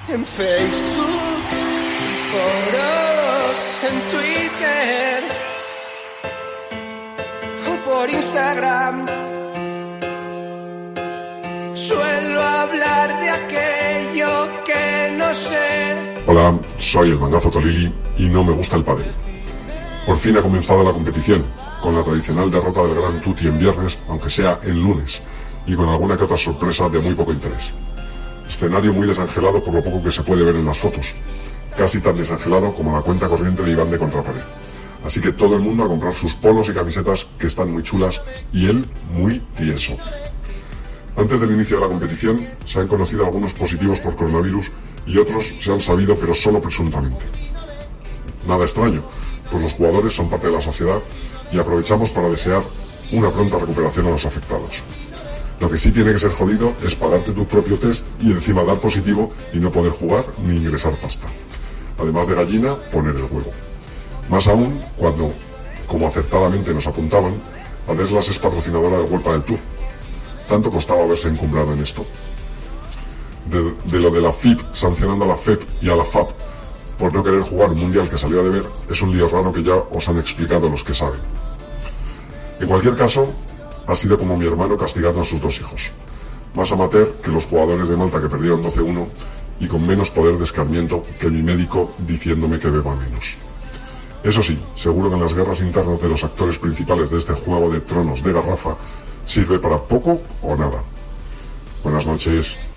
en Facebook, en foros, en Twitter o por Instagram. Suelo hablar de aquello que no sé. Hola, soy el Mangazo Tolili y no me gusta el pádel. Por fin ha comenzado la competición, con la tradicional derrota del Gran Tutti en viernes, aunque sea en lunes, y con alguna que otra sorpresa de muy poco interés. Escenario muy desangelado por lo poco que se puede ver en las fotos, casi tan desangelado como la cuenta corriente de Iván de Contrapared. Así que todo el mundo a comprar sus polos y camisetas, que están muy chulas, y él muy tieso. Antes del inicio de la competición se han conocido algunos positivos por coronavirus y otros se han sabido, pero solo presuntamente. Nada extraño, pues los jugadores son parte de la sociedad y aprovechamos para desear una pronta recuperación a los afectados. Lo que sí tiene que ser jodido es pagarte tu propio test y encima dar positivo y no poder jugar ni ingresar pasta. Además de gallina, poner el huevo. Más aún cuando, como acertadamente nos apuntaban, Adeslas es patrocinadora del World Padel Tour. Tanto costaba haberse encumbrado en esto. De lo de la FIP sancionando a la FEP y a la FAP por no querer jugar un mundial que salió a deber, es un lío raro que ya os han explicado los que saben. En cualquier caso, ha sido como mi hermano castigando a sus dos hijos. Más amateur que los jugadores de Malta que perdieron 12-1 y con menos poder de escarmiento que mi médico diciéndome que beba menos. Eso sí, seguro que en las guerras internas de los actores principales de este juego de tronos de garrafa sirve para poco o nada. Buenas noches.